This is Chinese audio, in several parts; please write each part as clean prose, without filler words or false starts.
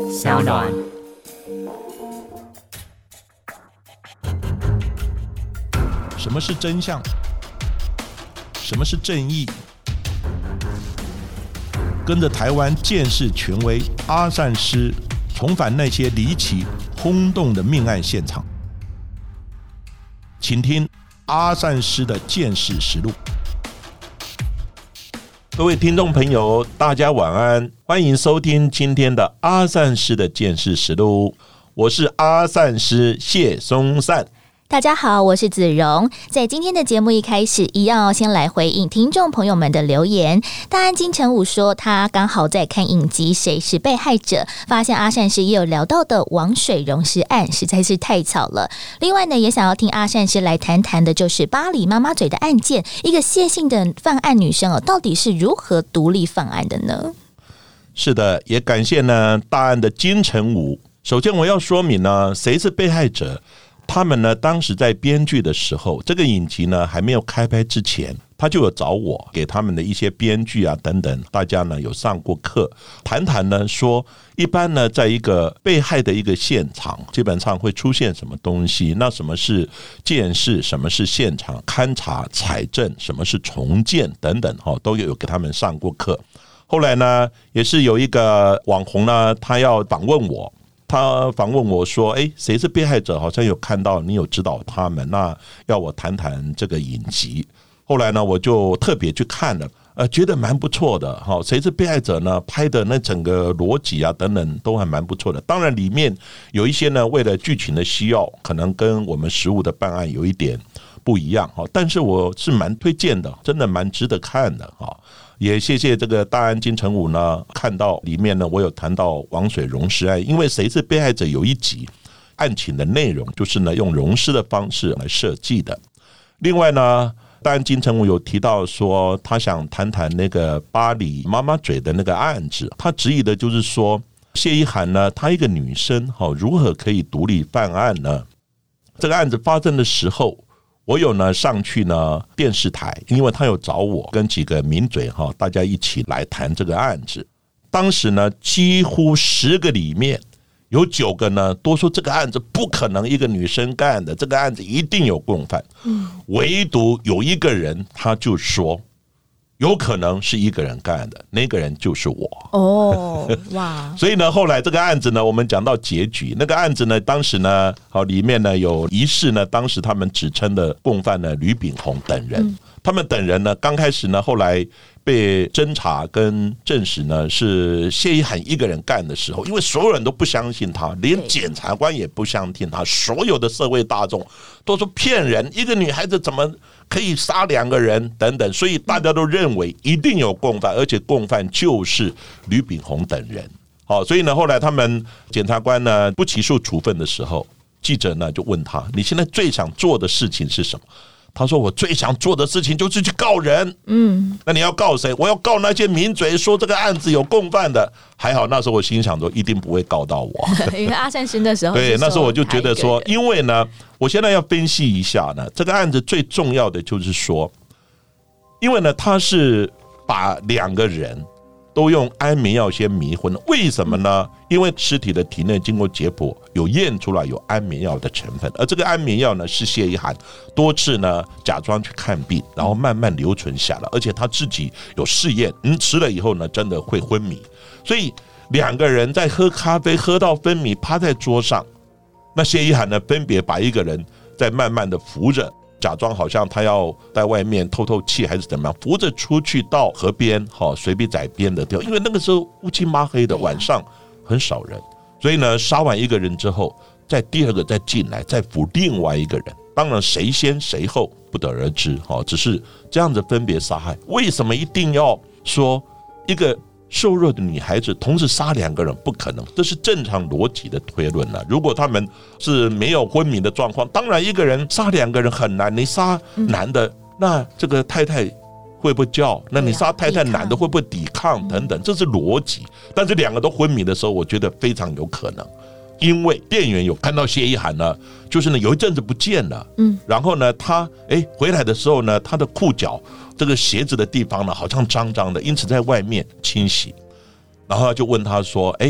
小暖。 什么是真相？什么是正义？跟着台湾鉴识权威阿善师，重返那些离奇轰动的命案现场，请听阿善师的鉴识实录。各位听众朋友，大家晚安，欢迎收听今天的阿善师的鉴识实录，我是阿善师谢松善。 大家好，我是子荣。在今天的节目一开始，一样要先来回应听众朋友们的留言。大安金城武说，他刚好在看影集《谁是被害者》，发现阿善师也有聊到的王水溶尸案，实在是太巧了。另外呢，也想要听阿善师来谈谈的，就是巴黎妈妈嘴的案件，一个谢姓的犯案女生到底是如何独立犯案的呢？ 是的，也感谢呢大安的金城武。首先我要说明呢，谁是被害者？他们呢，当时在编剧的时候，这个影集呢还没有开拍之前，他就有找我给他们的一些编剧啊等等，大家呢有上过课，谈谈呢说，一般呢在一个被害的一个现场，基本上会出现什么东西？那什么是鉴识？什么是现场勘查、采证？什么是重建等等，都有给他们上过课。后来呢，也是有一个网红呢，他要访问我。他访问我说：“谁是被害者？好像有看到你有指导他们，那要我谈谈这个影集。”后来呢，我就特别去看了，觉得蛮不错的。哈，谁是被害者呢？拍的那整个逻辑啊等等都还蛮不错的。当然里面有一些呢，为了剧情的需要，可能跟我们实务的办案有一点不一样。但是我是蛮推荐的，真的蛮值得看的。也谢谢这个大安金城武呢，看到里面呢，我有谈到王水溶尸案，因为谁是被害者有一集案情的内容就是呢用溶尸的方式来设计的。另外呢，大安金城武有提到说，他想谈谈那个巴黎妈妈嘴的那个案子，他质疑的就是说，谢依涵呢，她一个女生如何可以独立犯案呢？这个案子发生的时候，我有呢上去呢电视台，因为他有找我跟几个名嘴大家一起来谈这个案子。当时呢几乎10个里面有9个呢都说这个案子不可能一个女生干的，这个案子一定有共犯。唯独有一个人他就说有可能是一个人干的，那个人就是我。 哇！ 所以呢，后来这个案子呢，我们讲到结局，那个案子呢，当时呢，里面呢有疑似呢，当时他们指称的共犯呢，吕炳宏等人，他们等人呢，刚开始呢，后来被侦查跟证实呢是谢依涵一个人干的时候，因为所有人都不相信他，连检察官也不相信他，所有的社会大众都说骗人，一个女孩子怎么可以杀2个人等等，所以大家都认为一定有共犯，而且共犯就是吕炳宏等人。所以呢，后来他们检察官呢不起诉处分的时候，记者呢就问他：“你现在最想做的事情是什么？”他说：“我最想做的事情就是去告人。”那你要告谁？我要告那些名嘴说这个案子有共犯的。还好那时候我心想说，一定不会告到我， 因为阿善师那时候对，那时候我就觉得说，因为呢，我现在要分析一下呢，这个案子最重要的就是说，因为呢，他是把2个人都用安眠药先迷昏了，为什么呢？因为尸体的体内经过解剖有验出来有安眠药的成分，而这个安眠药呢是谢依涵多次呢假装去看病，然后慢慢留存下来，而且他自己有试验，吃了以后呢真的会昏迷，所以2个人在喝咖啡喝到昏迷趴在桌上，那谢依涵呢分别把一个人在慢慢的扶着，假装好像他要在外面透透气还是怎么样，扶着出去到河边水笔仔边的地方，因为那个时候乌漆麻黑的，晚上很少人，所以呢杀完一个人之后，再第2个再进来，再扶另外一个人，当然谁先谁后不得而知，只是这样子分别杀害。为什么一定要说一个瘦弱的女孩子同时杀2个人？不可能，这是正常逻辑的推论了。如果他们是没有昏迷的状况，当然一个人杀2个人很难，你杀男的，那这个太太会不会叫？那你杀太太男的会不会抵抗等等，这是逻辑。但是2个都昏迷的时候，我觉得非常有可能，因为店员有看到谢依涵呢，就是呢有一阵子不见了，然后呢他回来的时候呢，他的裤脚这个鞋子的地方呢好像脏脏的，因此在外面清洗，然后他就问他说：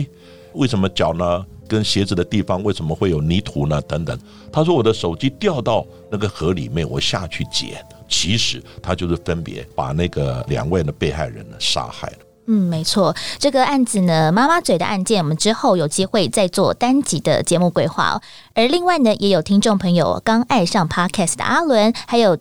为什么脚呢跟鞋子的地方为什么会有泥土呢？等等。他说我的手机掉到那个河里面，我下去捡。其实他就是分别把那个2位的被害人呢杀害了。 没错，这个案子呢，妈妈嘴的案件，我们之后有机会再做单集的节目规划哦。而另外呢，也有听众朋友刚爱上 Podcast 的阿伦，还有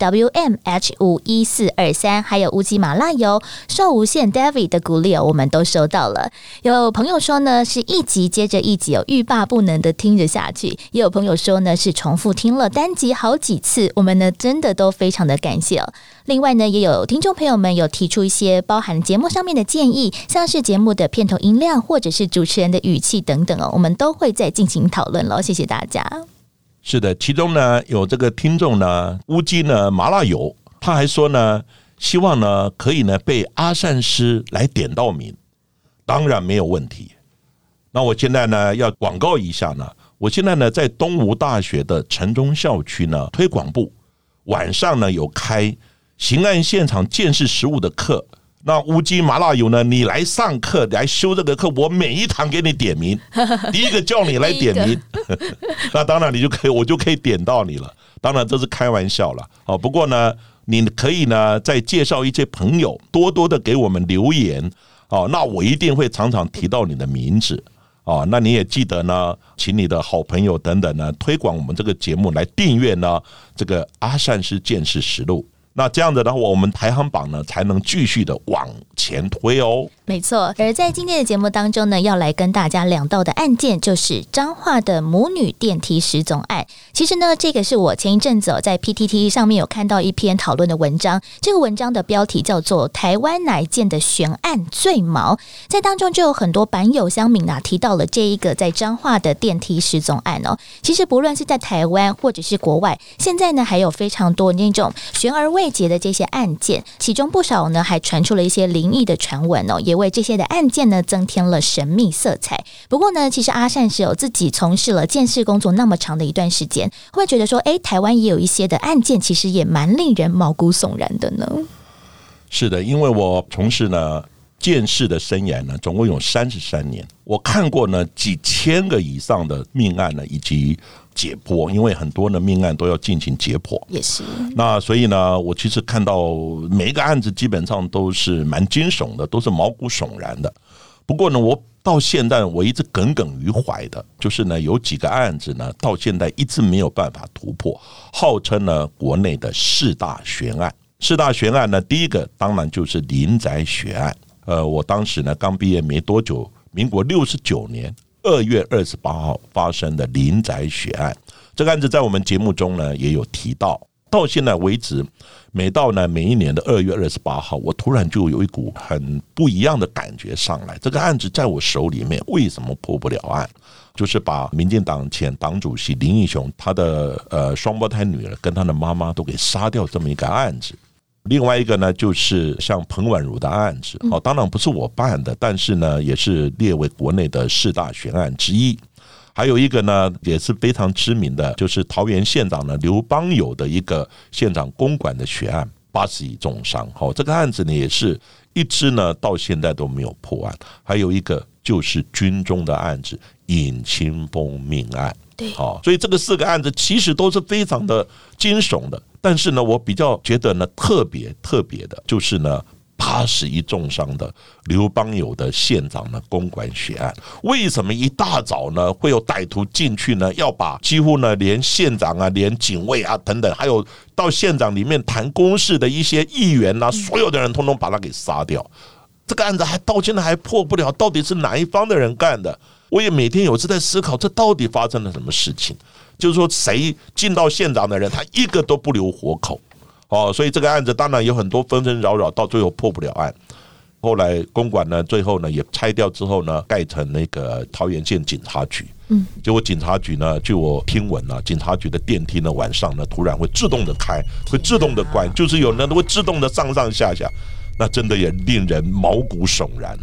WMH51423，还有乌鸡麻辣油、寿无限 David 的鼓励我们都收到了。有朋友说呢，是一集接着一集欲罢不能的听着下去；也有朋友说呢，是重复听了单集好几次。我们呢，真的都非常的感谢哦。另外呢，也有听众朋友们有提出一些包含节目上面的建议，像是节目的片头音量或者是主持人的语气等等哦，我们都会再进行讨论咯。谢谢大家。 是的，其中呢有这个听众呢，乌鸡呢麻辣油，他还说呢，希望呢可以呢被阿善师来点到名，当然没有问题。那我现在呢要广告一下呢，我现在呢在东吴大学的城中校区呢推广部，晚上呢有开刑案现场鉴识实务的课。那乌鸡麻辣油呢？你来上课来修这个课，我每一堂给你点名，第一个叫你来点名，那当然我就可以点到你了。当然这是开玩笑了，不过呢，你可以呢再介绍一些朋友，多多的给我们留言，那我一定会常常提到你的名字。那你也记得呢，请你的好朋友等等呢，推广我们这个节目来订阅呢这个阿善师鉴识实录。那这样子的话，我们排行榜呢才能继续的往前推哦。 没错，而在今天的节目当中呢，要来跟大家聊到的案件就是彰化的母女电梯失踪案。其实呢，这个是我前一阵子在 PTT 上面有看到一篇讨论的文章，这个文章的标题叫做《台湾哪一件的悬案最毛》，在当中就有很多版友乡民提到了这一个在彰化的电梯失踪案哦。其实不论是在台湾或者是国外，现在呢还有非常多那种悬而未解的这些案件，其中不少呢还传出了一些灵异的传闻哦，也为这些的案件呢增添了神秘色彩。不过呢，其实阿善是有自己从事了鉴识工作那么长的一段时间，会觉得说，台湾也有一些的案件其实也蛮令人毛骨悚然的呢。 是的，因为我从事呢鉴识的生涯呢，总共有33年，我看过呢几千个以上的命案呢，以及解剖，因为很多的命案都要进行解剖， 也是。 那所以呢，我其实看到每一个案子基本上都是蛮惊悚的，都是毛骨悚然的。不过呢，我到现在我一直耿耿于怀的，就是呢有几个案子呢，到现在一直没有办法突破，号称呢国内的4大悬案。4大悬案呢，第一个当然就是林宅血案。我当时呢刚毕业没多久，民国69年2月28号发生的林宅血案，这个案子在我们节目中呢也有提到。到现在为止，每到呢每一年的2月28号，我突然就有一股很不一样的感觉上来。这个案子在我手里面，为什么破不了案？就是把民进党前党主席林义雄他的双胞胎女儿跟他的妈妈都给杀掉这么一个案子。另外一个呢，就是像彭婉如的案子，当然不是我办的，但是呢，也是列为国内的4大悬案之一。还有一个呢，也是非常知名的，就是桃园县长呢刘邦友的一个县长公馆的血案，80亿重伤。这个案子呢，也是一直呢到现在都没有破案。还有一个就是军中的案子尹清峰命案。 对， 所以这个4个案子其实都是非常的惊悚的，但是呢，我比较觉得呢特别的，就是呢80亿重伤的刘邦友的县长呢公馆血案。为什么一大早呢会有歹徒进去呢？要把几乎呢连县长啊、连警卫啊等等，还有到县长里面谈公事的一些议员啊，所有的人通通把他给杀掉。这个案子到现在还破不了，到底是哪一方的人干的？我也每天有次在思考，这到底发生了什么事情？就是说，谁进到县长的人，他一个都不留活口。所以这个案子当然有很多纷纷扰扰，到最后破不了案。后来公馆呢，最后呢也拆掉之后呢，盖成那个桃园县警察局。结果警察局呢，据我听闻啊，警察局的电梯呢晚上呢突然会自动的开，会自动的关，就是有人会自动的上上下下，那真的也令人毛骨悚然啊。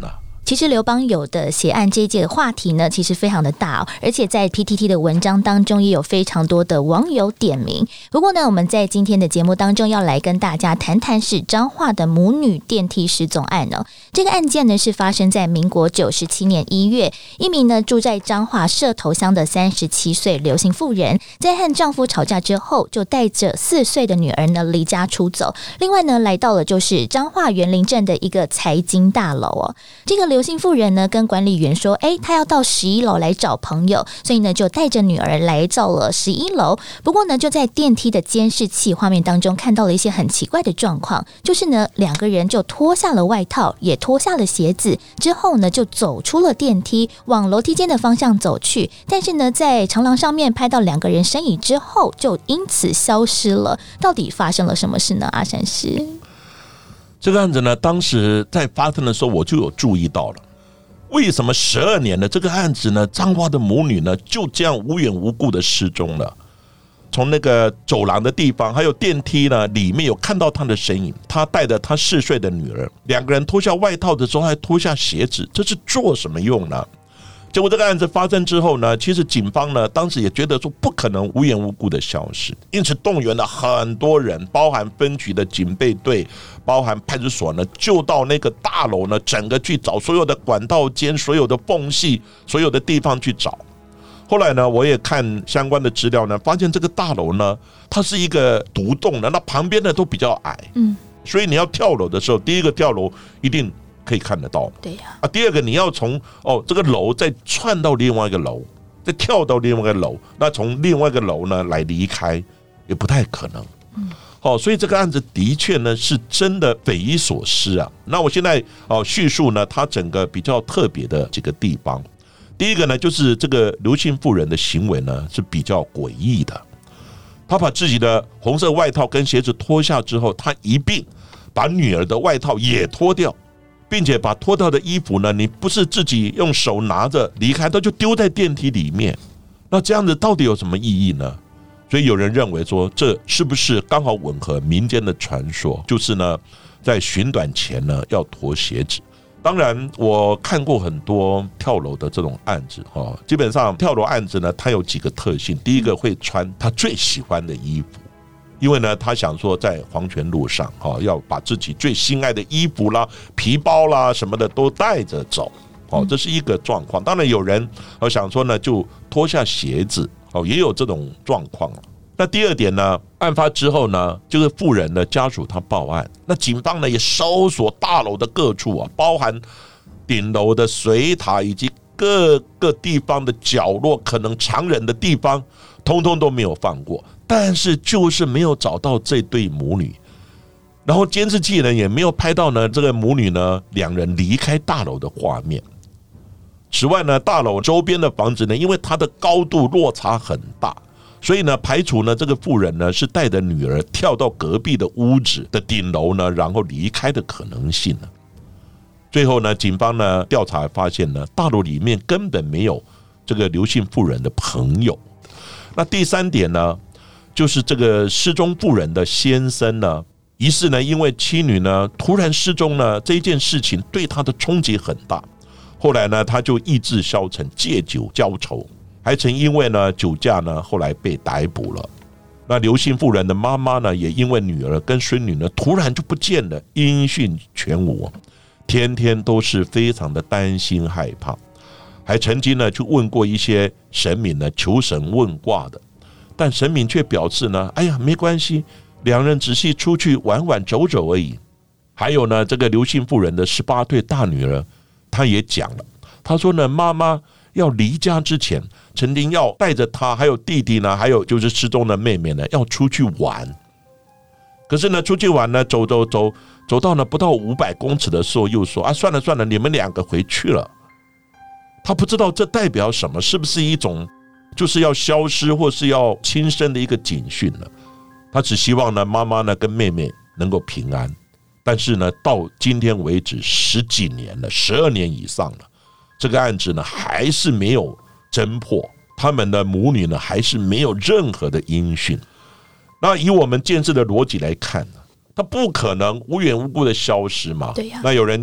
其实刘邦友的血案这一届的话题呢，其实非常的大而且在 PTT 的文章当中也有非常多的网友点名。不过呢，我们在今天的节目当中要来跟大家谈谈是彰化的母女电梯失踪案呢。这个案件呢是发生在民国97年1月，一名呢住在彰化社头乡的37岁刘姓妇人，在和丈夫吵架之后，就带着4岁的女儿呢离家出走。另外呢，来到了就是彰化园林镇的一个财经大楼哦。这个刘姓妇人呢跟管理员说，她要到11楼来找朋友，所以呢就带着女儿来到了11楼。不过呢，就在电梯的监视器画面当中看到了一些很奇怪的状况，就是呢2个人就脱下了外套，也脱下了鞋子，之后呢就走出了电梯，往楼梯间的方向走去。但是呢，在长廊上面拍到2个人身影之后，就因此消失了。到底发生了什么事呢？阿善师， 这个案子呢，当时在发生的时候，我就有注意到了。为什么12年的这个案子呢，彰化的母女呢就这样无缘无故的失踪了？从那个走廊的地方，还有电梯呢，里面有看到她的身影。她带着她4岁的女儿，2个人脱下外套的时候还脱下鞋子，这是做什么用呢？结果这个案子发生之后呢，其实警方呢当时也觉得说不可能无缘无故的消失，因此动员了很多人，包含分局的警备队，包含派出所呢，就到那个大楼呢，整个去找所有的管道间、所有的缝隙、所有的地方去找。后来呢，我也看相关的资料呢，发现这个大楼呢，它是一个独栋的，那旁边呢都比较矮，所以你要跳楼的时候，第一个跳楼一定可以看得到， 对呀， 第二个你要从这个楼再窜到另外一个楼，再跳到另外一个楼，那从另外一个楼呢来离开也不太可能。所以这个案子的确呢是真的匪夷所思啊。那我现在叙述呢，它整个比较特别的几个地方。第一个呢，就是这个刘姓妇人的行为呢是比较诡异的。她把自己的红色外套跟鞋子脱下之后，她一并把女儿的外套也脱掉，并且把脱掉的衣服呢，你不是自己用手拿着离开，他就丢在电梯里面。那这样子到底有什么意义呢？所以有人认为说，这是不是刚好吻合民间的传说，就是呢，在寻短前呢要脱鞋子。当然我看过很多跳楼的这种案子，基本上跳楼案子呢，它有几个特性。第一个，会穿他最喜欢的衣服，因为呢他想说在黄泉路上要把自己最心爱的衣服啦、皮包啦什么的都带着走，这是一个状况。当然有人想说呢就脱下鞋子，也有这种状况。那第二点呢，案发之后呢，这个妇人的家属他报案，那警方呢也搜索大楼的各处啊，包含顶楼的水塔以及各个地方的角落，可能藏人的地方，通通都没有放过。但是就是没有找到这对母女，然后监视器呢也没有拍到呢这个母女呢2人离开大楼的画面。此外呢，大楼周边的房子呢，因为它的高度落差很大，所以呢排除呢这个妇人呢是带着女儿跳到隔壁的屋子的顶楼呢，然后离开的可能性呢。最后呢，警方呢调查发现呢，大楼里面根本没有这个刘姓妇人的朋友。那第3点呢，就是这个失踪妇人的先生呢，疑似呢因为妻女呢突然失踪呢，这一件事情对他的冲击很大。后来呢，他就意志消沉，借酒浇愁，还曾因为呢酒驾呢，后来被逮捕了。那刘姓妇人的妈妈呢，也因为女儿跟孙女呢突然就不见了，音讯全无，天天都是非常的担心害怕，还曾经呢去问过一些神明呢，求神问卦的，但神明却表示呢，哎呀没关系，2人只是出去玩玩走走而已。还有呢，这个刘姓妇人的18岁大女儿，她也讲了，她说呢，妈妈要离家之前，曾经要带着她还有弟弟呢，还有就是失踪的妹妹呢，要出去玩。可是呢，出去玩呢，走到呢不到500公尺的时候，又说算了算了，你们2个回去了。他不知道这代表什么，是不是一种就是要消失或是要轻生的一个警讯呢？他只希望呢妈妈呢跟妹妹能够平安。但是呢，到今天为止10几年了，12年以上了，这个案子呢还是没有侦破，他们的母女呢还是没有任何的音讯。那以我们建制的逻辑来看呢，他不可能无缘无故的消失嘛。 对呀。 那有人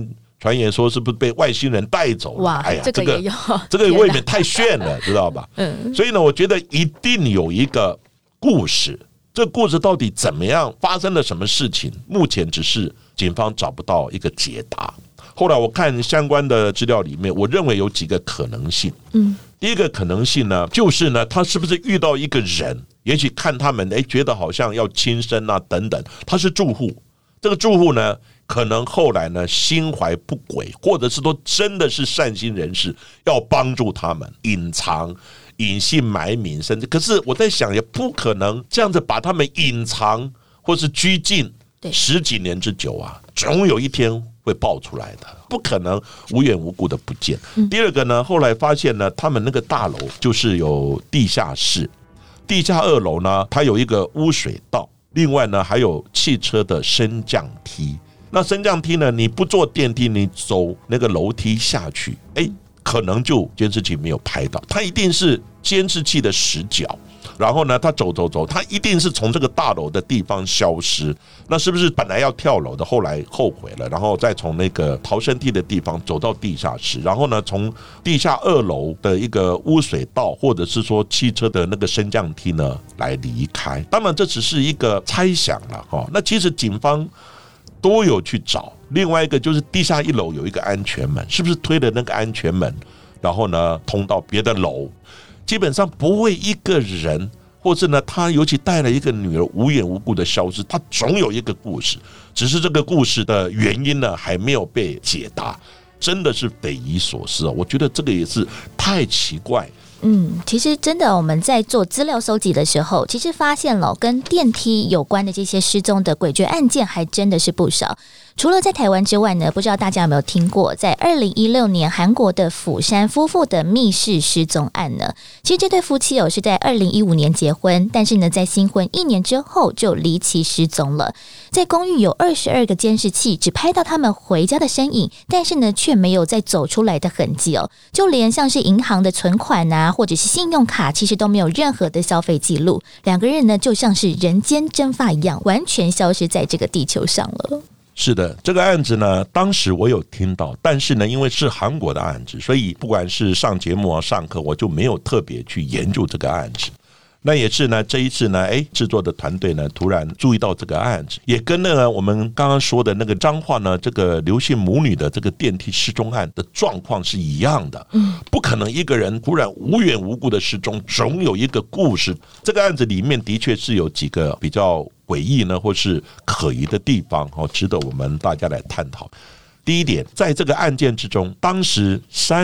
传言说是不是被外星人带走了？ 哇，哎呀，这个也有， 这个未免太炫了，知道吧？所以呢，我觉得一定有一个故事，这故事到底怎么样，发生了什么事情，目前只是警方找不到一个解答。后来我看相关的资料里面，我认为有几个可能性。第一个可能性呢，就是呢，他是不是遇到一个人，也许看他们觉得好像要轻生啊等等，他是住户，这个住户呢，可能后来呢心怀不轨，或者是说真的是善心人士，要帮助他们隐藏、隐姓埋名，甚至可是我在想，也不可能这样子把他们隐藏或是拘禁10几年之久啊，总有一天会爆出来的，不可能无缘无故的不见。第二个呢，后来发现呢，他们那个大楼就是有地下室，地下2楼呢，它有一个污水道，另外呢还有汽车的升降梯。那升降梯呢，你不坐电梯，你走那个楼梯下去，可能就监视器没有拍到，它一定是监视器的死角。然后呢，他走，他一定是从这个大楼的地方消失。那是不是本来要跳楼的，后来后悔了，然后再从那个逃生梯的地方走到地下室，然后呢，从地下2楼的一个污水道，或者是说汽车的那个升降梯呢来离开？当然，这只是一个猜想了哈。那其实警方都有去找。另外一个就是地下1楼有一个安全门，是不是推了那个安全门，然后呢通到别的楼？基本上不会一个人，或是呢他尤其带了一个女儿无缘无故的消失，他总有一个故事，只是这个故事的原因呢还没有被解答，真的是匪夷所思。我觉得这个也是太奇怪。 其实真的我们在做资料搜集的时候，其实发现了跟电梯有关的这些失踪的诡谲案件还真的是不少。除了在台湾之外呢，不知道大家有没有听过，在2016年韩国的釜山夫妇的密室失踪案呢？其实这对夫妻是在2015年结婚，但是呢，在新婚1年之后就离奇失踪了。在公寓有22个监视器，只拍到他们回家的身影，但是呢，却没有再走出来的痕迹哦。就连像是银行的存款啊，或者是信用卡，其实都没有任何的消费记录。两个人呢，就像是人间蒸发一样，完全消失在这个地球上了。 是的，这个案子呢，当时我有听到，但是呢，因为是韩国的案子，所以不管是上节目啊、上课，我就没有特别去研究这个案子。那也是呢，这一次呢，制作的团队呢，突然注意到这个案子，也跟那个我们刚刚说的那个彰化呢，这个刘姓母女的这个电梯失踪案的状况是一样的。不可能一个人突然无缘无故的失踪，总有一个故事。这个案子里面的确是有几个比较诡异呢，或是可疑的地方，值得我们大家来探讨。第一点，在这个案件之中，当时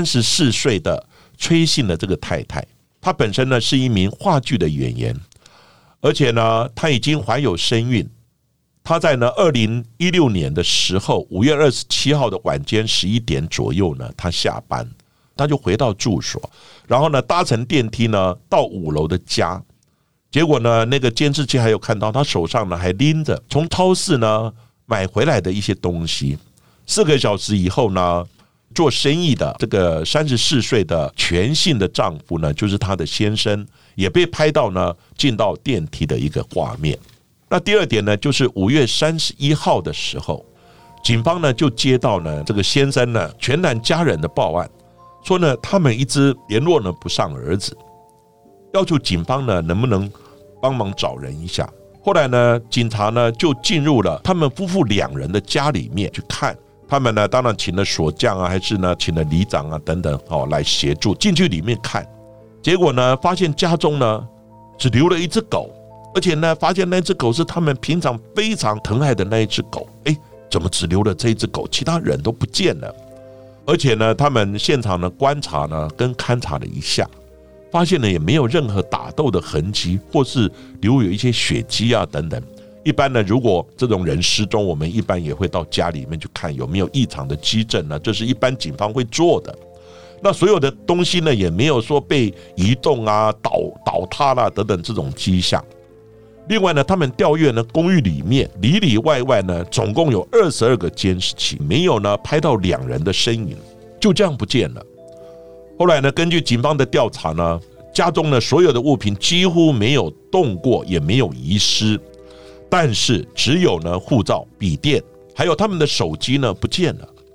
34岁的崔姓的这个太太，她本身呢是一名话剧的演员，而且呢她已经怀有身孕。她在呢2016年的时候，5月27号的晚间11点左右呢，她下班，她就回到住所，然后呢搭乘电梯呢到5楼的家。结果呢，那个监视器还有看到她手上呢还拎着从超市呢买回来的一些东西。4个小时以后呢，做生意的这个34岁的全姓的丈夫呢，就是她的先生，也被拍到呢进到电梯的一个画面。那第二点呢，就是5月31号的时候，警方呢就接到呢这个先生呢全然家人的报案，说呢他们一直联络呢不上儿子，要求警方呢能不能帮忙找人一下。后来呢，警察呢就进入了他们夫妇2人的家里面去看。他们呢当然请了锁匠啊，还是呢请了里长啊等等来协助进去里面看。结果呢发现家中呢只留了一只狗，而且呢发现那只狗是他们平常非常疼爱的那一只狗。怎么只留了这一只狗，其他人都不见了？而且呢他们现场呢观察呢跟勘察了一下，发现呢也没有任何打斗的痕迹，或是留有一些血迹啊等等。一般呢，如果这种人失踪，我们一般也会到家里面去看有没有异常的迹证呢，这是一般警方会做的。那所有的东西呢，也没有说被移动啊、倒塌啦等等这种迹象。另外呢，他们调阅呢公寓里面里里外外呢，总共有22个监视器，没有呢拍到2人的身影，就这样不见了。后来呢，根据警方的调查呢，家中呢所有的物品几乎没有动过，也没有遗失。但是只有呢护照、笔电还有他们的手机呢不见了。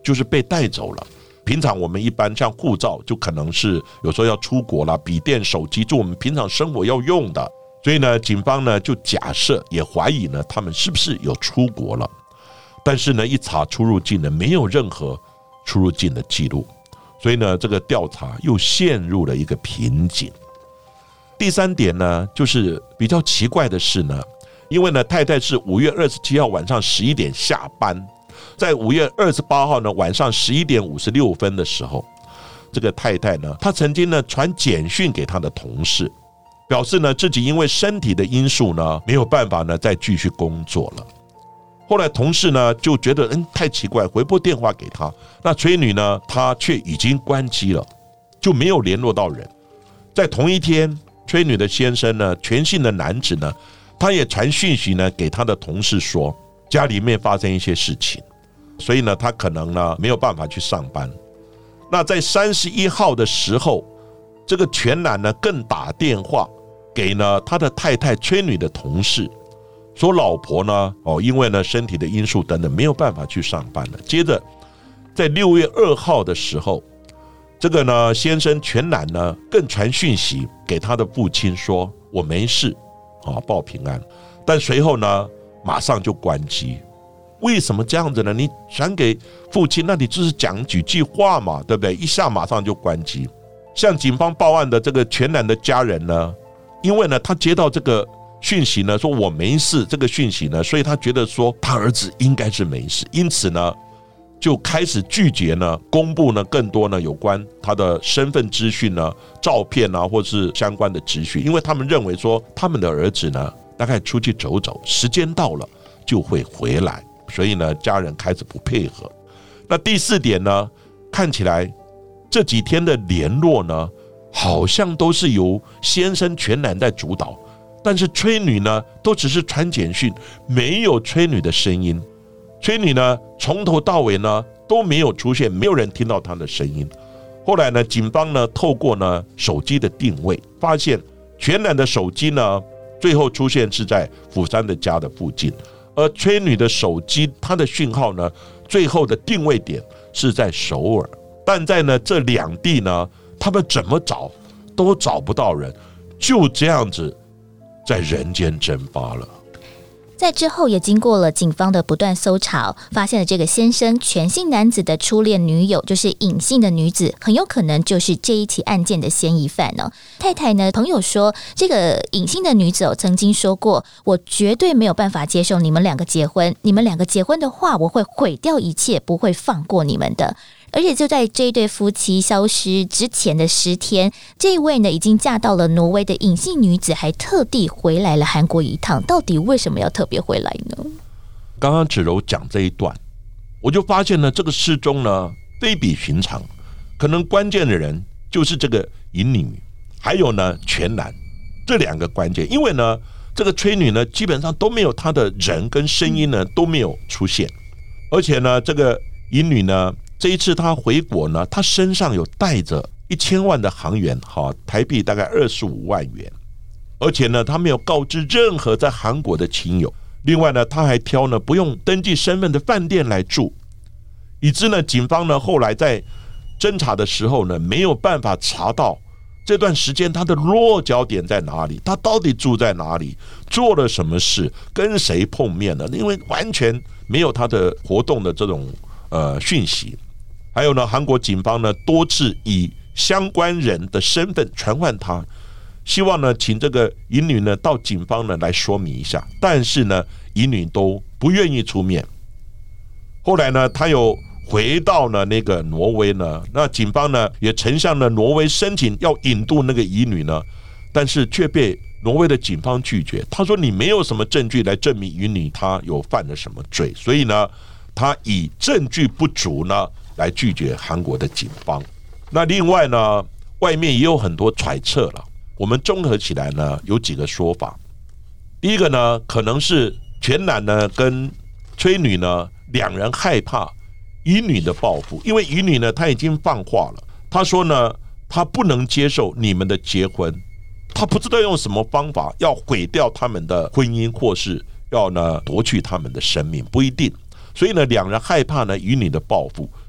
就是被带走了。平常我们一般像护照就可能是有时候要出国啦，笔电手机就我们平常生活要用的，所以呢警方呢就假设也怀疑呢他们是不是有出国了，但是呢一查出入境呢没有任何出入境的记录，所以呢这个调查又陷入了一个瓶颈。第3点呢就是比较奇怪的是呢，因为呢太太是5月27号晚上11点下班，在5月28号呢晚上11点56分的时候，这个太太呢她曾经呢传简讯给她的同事，表示呢自己因为身体的因素呢没有办法呢再继续工作了。后来同事呢就觉得太奇怪，回拨电话给她，那崔女呢她却已经关机了，就没有联络到人。在同一天，崔女的先生呢全姓的男子呢他也传讯息呢给他的同事说家里面发生一些事情，所以呢他可能呢没有办法去上班。那在31号的时候，这个全男呢更打电话给呢他的太太崔女的同事，说老婆呢因为呢身体的因素等等没有办法去上班了。接着在6月2号的时候，这个呢先生全男呢更传讯息给他的父亲说我没事报平安，但随后呢马上就关机。为什么这样子呢？你传给父亲，那你就是讲几句话嘛，对不对？一下马上就关机。向警方报案的这个全男的家人呢，因为呢他接到这个讯息呢说我没事这个讯息呢，所以他觉得说他儿子应该是没事，因此呢就开始拒绝呢公布呢更多呢有关他的身份资讯呢、照片啊，或是相关的资讯，因为他们认为说他们的儿子呢大概出去走走，时间到了就会回来，所以呢家人开始不配合。那第4点呢，看起来这几天的联络呢好像都是由先生全男在主导，但是崔女呢都只是传简讯，没有崔女的声音。崔女呢从头到尾呢都没有出现，没有人听到她的声音。后来呢警方呢透过呢手机的定位，发现全男的手机呢最后出现是在釜山的家的附近，而崔女的手机她的讯号呢最后的定位点是在首尔，但在呢这2地呢他们怎么找都找不到人，就这样子在人间蒸发了。 在之后也经过了警方的不断搜查，发现了这个先生全姓男子的初恋女友就是隐姓的女子，很有可能就是这一起案件的嫌疑犯哦。太太呢，朋友说这个隐姓的女子曾经说过，我绝对没有办法接受你们2个结婚，你们2个结婚的话，我会毁掉一切，不会放过你们的。而且就在这一对夫妻消失之前的10天，这一位呢已经嫁到了挪威的隐姓女子还特地回来了韩国一趟，到底为什么要特别回来呢？ 刚刚芷柔讲这一段，我就发现呢这个失踪呢非比寻常，可能关键的人就是这个隐女，还有呢全男，这2个关键。因为呢这个崔女呢基本上都没有她的人跟声音呢都没有出现，而且呢这个隐女呢这一次他回国呢，他身上有带着1000万的韩元，台币大概25万元，而且呢他没有告知任何在韩国的亲友。另外呢他还挑呢不用登记身份的饭店来住，以致呢警方呢后来在侦查的时候呢没有办法查到这段时间他的落脚点在哪里，他到底住在哪里，做了什么事，跟谁碰面了，因为完全没有他的活动的这种讯息。还有呢韩国警方呢多次以相关人的身份传唤他，希望呢请这个隐女呢到警方呢来说明一下，但是呢隐女都不愿意出面。后来呢他有回到呢那个挪威呢，那警方呢也曾向呢挪威申请要引渡那个遗女呢，但是却被挪威的警方拒绝。他说你没有什么证据来证明遗女她有犯了什么罪，所以呢他以证据不足呢来拒绝韩国的警方。那另外呢外面也有很多揣测了，我们综合起来呢有几个说法。第一个呢可能是全男呢跟崔女呢2人害怕遗女的报复，因为遗女呢她已经放话了，她说呢她不能接受你们的结婚，她不知道用什么方法要毁掉他们的婚姻，或是要呢夺去他们的生命，不一定。所以呢2人害怕呢遗女的报复，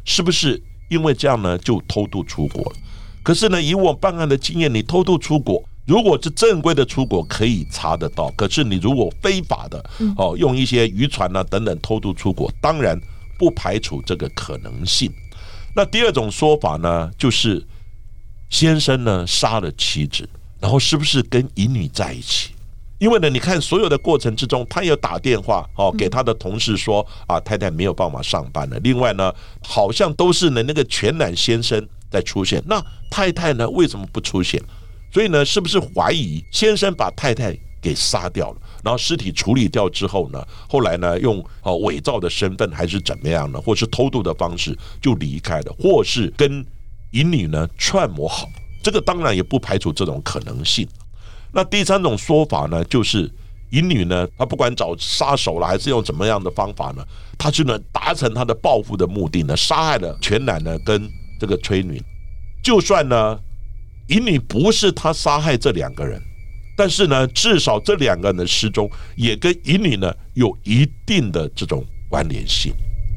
是不是因为这样呢就偷渡出国了？可是呢，以我办案的经验，你偷渡出国，如果是正规的出国可以查得到，可是你如果非法的用一些渔船啊等等偷渡出国，当然不排除这个可能性。那第二种说法呢，就是先生呢杀了妻子，然后是不是跟淫女在一起？因为呢，你看所有的过程之中，他有打电话给他的同事说太太没有办法上班了。另外呢，好像都是呢那个全男先生在出现，那太太呢为什么不出现？所以呢，是不是怀疑先生把太太给杀掉了，然后尸体处理掉之后呢，后来呢用伪造的身份还是怎么样呢，或是偷渡的方式就离开了，或是跟淫女呢串谋好，这个当然也不排除这种可能性。那第三种说法呢，就是淫女呢，她不管找杀手了，还是用怎么样的方法呢，她就能达成她的报复的目的呢，杀害了全男呢跟这个崔女。就算呢淫女不是她杀害这两个人，但是呢，至少这两个人的失踪也跟淫女呢有一定的这种关联性。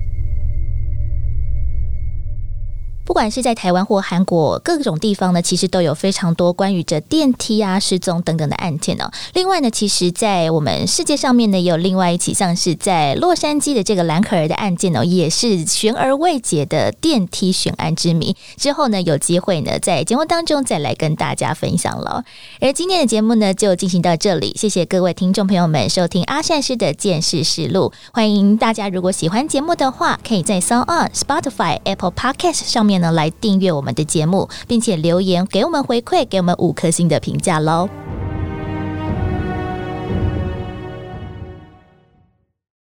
不管是在台湾或韩国各种地方呢，其实都有非常多关于这电梯啊、失踪等等的案件哦。另外呢，其实在我们世界上面呢，也有另外一起像是在洛杉矶的这个蓝可儿的案件哦，也是悬而未解的电梯悬案之谜。之后呢，有机会呢，在节目当中再来跟大家分享了。而今天的节目呢，就进行到这里，谢谢各位听众朋友们收听阿善师的见识实录。欢迎大家如果喜欢节目的话，可以在 SoundOn、Spotify、Apple Podcast 上面来订阅我们的节目，并且留言给我们回馈，给我们5颗星的评价咯。